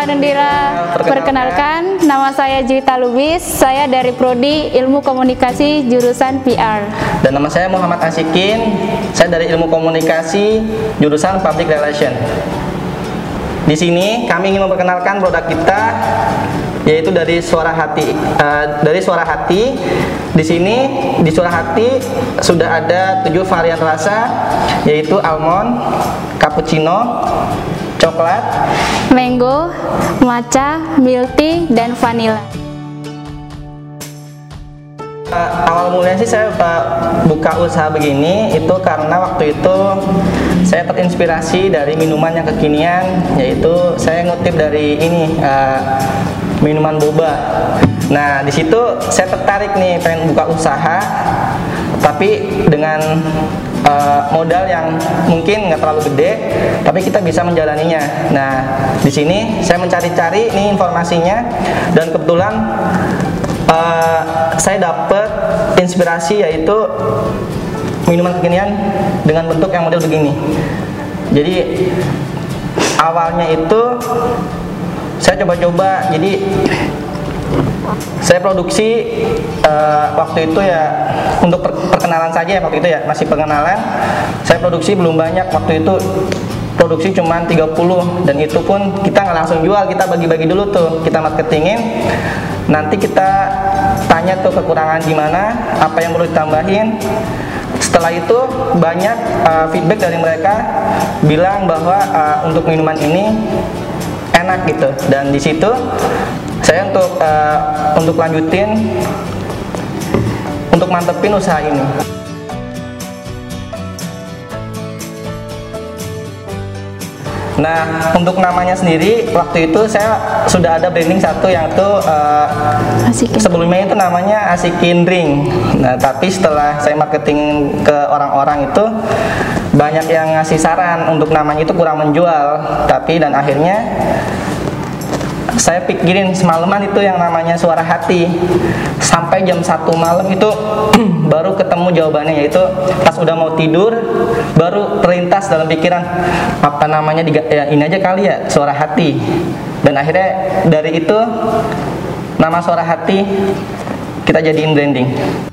Nendira. Perkenalkan, nama saya Juwita Lubis. Saya dari Prodi Ilmu Komunikasi jurusan PR. Dan nama saya Muhammad Asikin. Saya dari Ilmu Komunikasi jurusan Public Relation. Di sini kami ingin memperkenalkan produk kita, yaitu dari Suara Hati. Di sini di Suara Hati sudah ada 7 varian rasa, yaitu almond, cappuccino, coklat, mango, matcha, milk tea, dan vanilla. Awal mulanya sih saya buka usaha begini itu karena waktu itu saya terinspirasi dari minuman yang kekinian, yaitu saya ngutip dari ini minuman boba. Nah, di situ saya tertarik nih pengen buka usaha, tapi dengan modal yang mungkin nggak terlalu gede, tapi kita bisa menjalaninya. Nah, di sini saya mencari-cari nih informasinya, dan kebetulan saya dapat inspirasi yaitu minuman kekinian dengan bentuk yang model begini. Jadi awalnya itu saya coba-coba, jadi saya produksi waktu itu ya untuk perkenalan saja ya, waktu itu ya masih pengenalan. Saya produksi belum banyak, waktu itu produksi cuma 30, dan itu pun kita nggak langsung jual, kita bagi-bagi dulu tuh, kita marketingin. Nanti kita tanya tuh kekurangan gimana, apa yang perlu ditambahin. Setelah itu banyak feedback dari mereka bilang bahwa untuk minuman ini enak gitu, dan di situ saya untuk lanjutin, untuk mantepin usaha ini. Nah, untuk namanya sendiri waktu itu saya sudah ada branding satu yang itu sebelumnya itu namanya Asikin Drink. Nah, tapi setelah saya marketing ke orang-orang itu banyak yang ngasih saran untuk namanya itu kurang menjual, dan akhirnya saya pikirin semalaman itu yang namanya Suara Hati. Sampai jam 1 malam itu baru ketemu jawabannya, yaitu pas udah mau tidur baru terlintas dalam pikiran apa namanya, ya ini aja kali ya, Suara Hati. Dan akhirnya dari itu nama Suara Hati kita jadiin branding.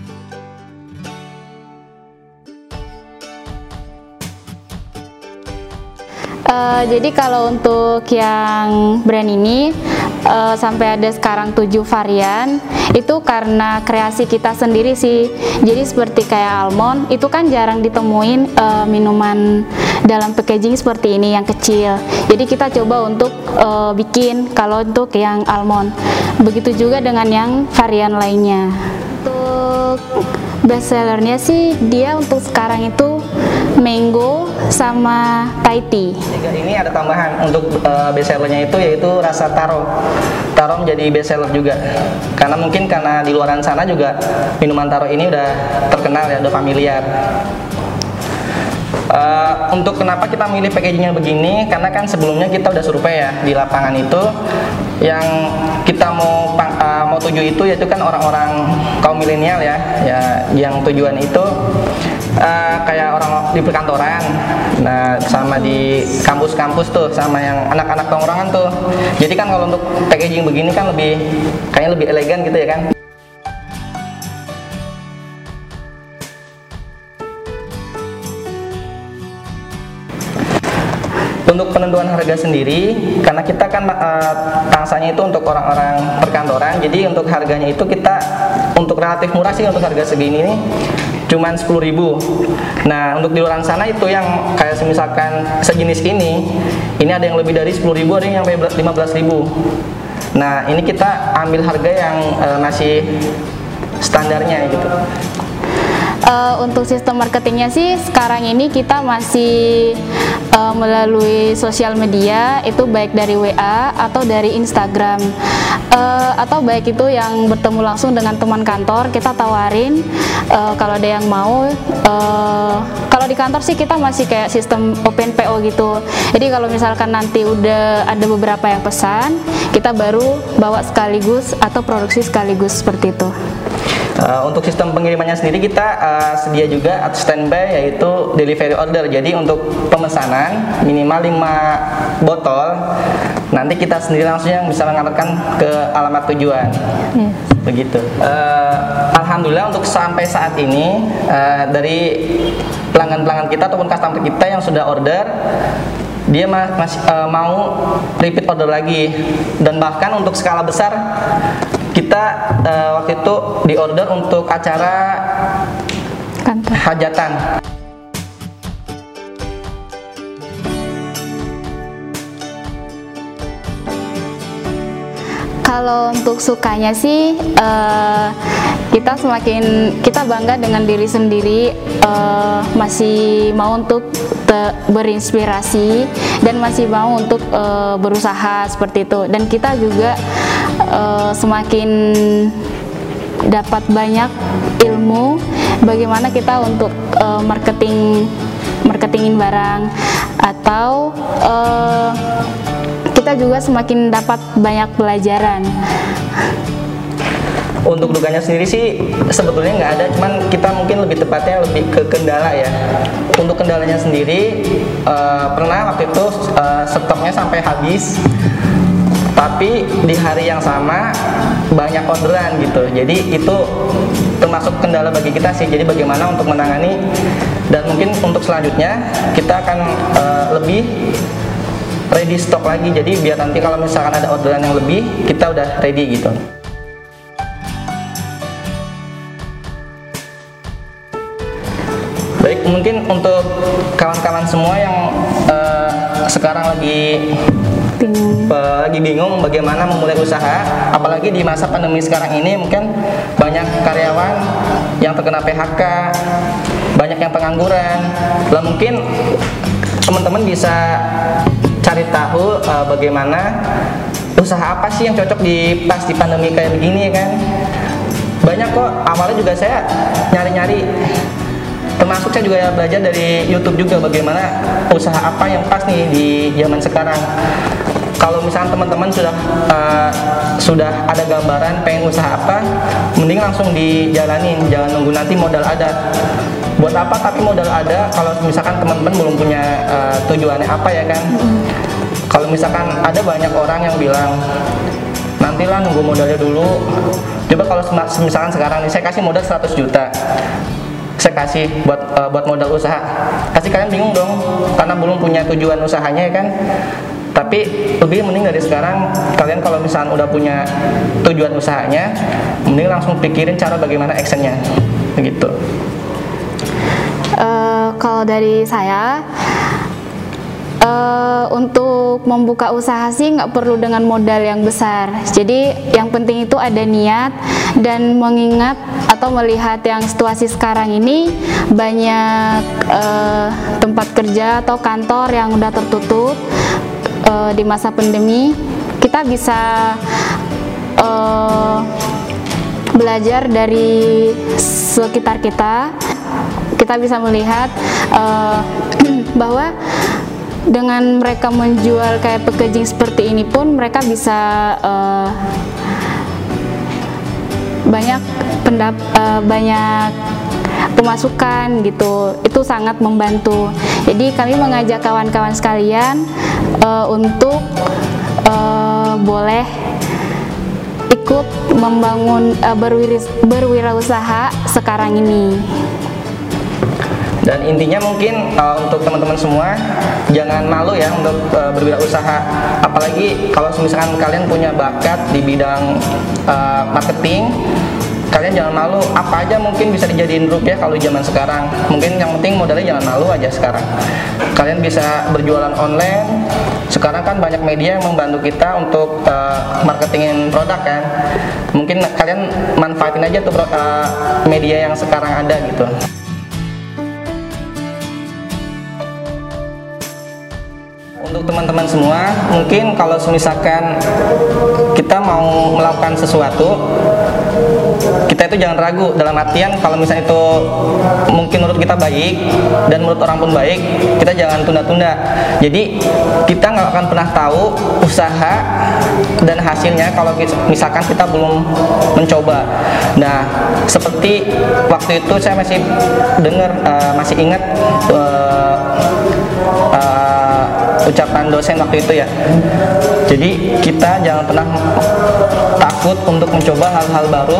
Jadi kalau untuk yang brand ini sampai ada sekarang 7 varian, itu karena kreasi kita sendiri sih. Jadi seperti kayak almond, itu kan jarang ditemuin minuman dalam packaging seperti ini yang kecil. Jadi kita coba untuk bikin kalau untuk yang almond. Begitu juga dengan yang varian lainnya. Untuk best sellernya sih dia untuk sekarang itu mango sama Thai tea. Ini ada tambahan untuk best sellernya itu, yaitu rasa taro. Taro menjadi best seller juga, karena mungkin karena di luaran sana juga minuman taro ini udah terkenal ya, udah familiar. Untuk kenapa kita milih packagingnya begini, karena kan sebelumnya kita udah survei ya di lapangan itu, yang kita mau tuju itu yaitu kan orang-orang kaum milenial ya, yang tujuan itu kayak orang di perkantoran, nah sama di kampus-kampus tuh, sama yang anak-anak tongkrongan tuh. Jadi kan kalau untuk packaging begini kan kayaknya lebih elegan gitu ya kan. Untuk penentuan harga sendiri, karena kita kan tangsanya itu untuk orang-orang perkantoran, jadi untuk harganya itu kita untuk relatif murah sih, untuk harga segini nih cuman 10.000. Nah, untuk di luar sana itu yang kayak misalkan sejenis ini ada yang lebih dari 10.000, ada yang sampai 15.000. Nah, ini kita ambil harga yang masih standarnya gitu. Untuk sistem marketingnya sih sekarang ini kita masih melalui sosial media, itu baik dari WA atau dari Instagram, atau baik itu yang bertemu langsung dengan teman kantor, kita tawarin kalau ada yang mau. Kalau di kantor sih kita masih kayak sistem open PO gitu. Jadi kalau misalkan nanti udah ada beberapa yang pesan, kita baru bawa sekaligus atau produksi sekaligus seperti itu. Untuk sistem pengirimannya sendiri kita sedia juga standby, yaitu delivery order. Jadi untuk pemesanan minimal 5 botol nanti kita sendiri langsung yang bisa mengantarkan ke alamat tujuan. Begitu. Alhamdulillah untuk sampai saat ini dari pelanggan-pelanggan kita ataupun customer kita yang sudah order, dia masih mau repeat order lagi, dan bahkan untuk skala besar kita waktu itu di order untuk acara kantor hajatan. Kalau untuk sukanya sih kita bangga dengan diri sendiri, masih mau untuk berinspirasi dan masih mau untuk berusaha seperti itu, dan kita juga semakin dapat banyak ilmu bagaimana kita untuk marketingin barang, atau kita juga semakin dapat banyak pelajaran. Untuk dukanya sendiri sih sebetulnya nggak ada, cuman kita mungkin lebih tepatnya lebih ke kendala ya. Untuk kendalanya sendiri pernah waktu itu stoknya sampai habis, tapi di hari yang sama banyak orderan gitu. Jadi itu termasuk kendala bagi kita sih. Jadi bagaimana untuk menangani, dan mungkin untuk selanjutnya kita akan lebih ready stok lagi, jadi biar nanti kalau misalkan ada orderan yang lebih kita udah ready gitu. Baik, mungkin untuk kawan-kawan semua yang sekarang lagi bingung bagaimana memulai usaha, apalagi di masa pandemi sekarang ini, mungkin banyak karyawan yang terkena PHK, banyak yang pengangguran. Lalu mungkin teman-teman bisa cari tahu bagaimana usaha apa sih yang cocok pas di pandemi kayak begini kan. Banyak kok, awalnya juga saya nyari-nyari, termasuk saya juga belajar dari YouTube juga bagaimana usaha apa yang pas nih di zaman sekarang. Kalau misalnya teman-teman sudah ada gambaran pengen usaha apa, mending langsung dijalanin, jangan nunggu nanti modal ada. Buat apa tapi modal ada kalau misalkan teman-teman belum punya tujuannya apa ya kan. Kalau misalkan ada banyak orang yang bilang nantilah nunggu modalnya dulu. Coba kalau misalkan sekarang nih saya kasih modal 100 juta, saya kasih buat modal usaha, pasti kalian bingung dong karena belum punya tujuan usahanya ya kan. Tapi lebih mending dari sekarang kalian kalau misalkan udah punya tujuan usahanya, mending langsung pikirin cara bagaimana actionnya begitu. Kalau dari saya, untuk membuka usaha sih nggak perlu dengan modal yang besar. Jadi yang penting itu ada niat dan mengingat atau melihat yang situasi sekarang ini banyak tempat kerja atau kantor yang udah tertutup di masa pandemi. Kita bisa belajar dari sekitar kita. Kita bisa melihat bahwa dengan mereka menjual kayak packaging seperti ini pun mereka bisa banyak pemasukan gitu. Itu sangat membantu. Jadi kami mengajak kawan-kawan sekalian untuk boleh ikut membangun berwirausaha sekarang ini. Dan intinya mungkin untuk teman-teman semua jangan malu ya untuk berwirausaha, apalagi kalau misalkan kalian punya bakat di bidang marketing, kalian jangan malu, apa aja mungkin bisa dijadiin rupiah kalau zaman sekarang. Mungkin yang penting modalnya jangan malu aja sekarang. Kalian bisa berjualan online, sekarang kan banyak media yang membantu kita untuk marketingin produk kan. Mungkin kalian manfaatin aja tuh media yang sekarang ada gitu. Untuk teman-teman semua, mungkin kalau misalkan kita mau melakukan sesuatu, kita itu jangan ragu, dalam artian kalau misalnya itu mungkin menurut kita baik dan menurut orang pun baik, kita jangan tunda-tunda. Jadi kita nggak akan pernah tahu usaha dan hasilnya kalau misalkan kita belum mencoba. Nah, seperti waktu itu saya masih ingat ucapan dosen waktu itu ya. Jadi kita jangan pernah takut untuk mencoba hal-hal baru.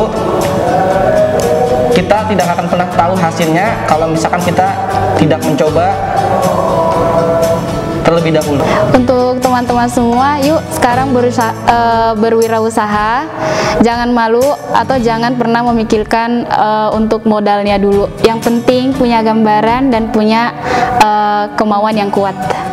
Kita tidak akan pernah tahu hasilnya kalau misalkan kita tidak mencoba terlebih dahulu. Untuk teman-teman semua, yuk sekarang berwirausaha. Jangan malu atau jangan pernah memikirkan untuk modalnya dulu. Yang penting punya gambaran dan punya kemauan yang kuat.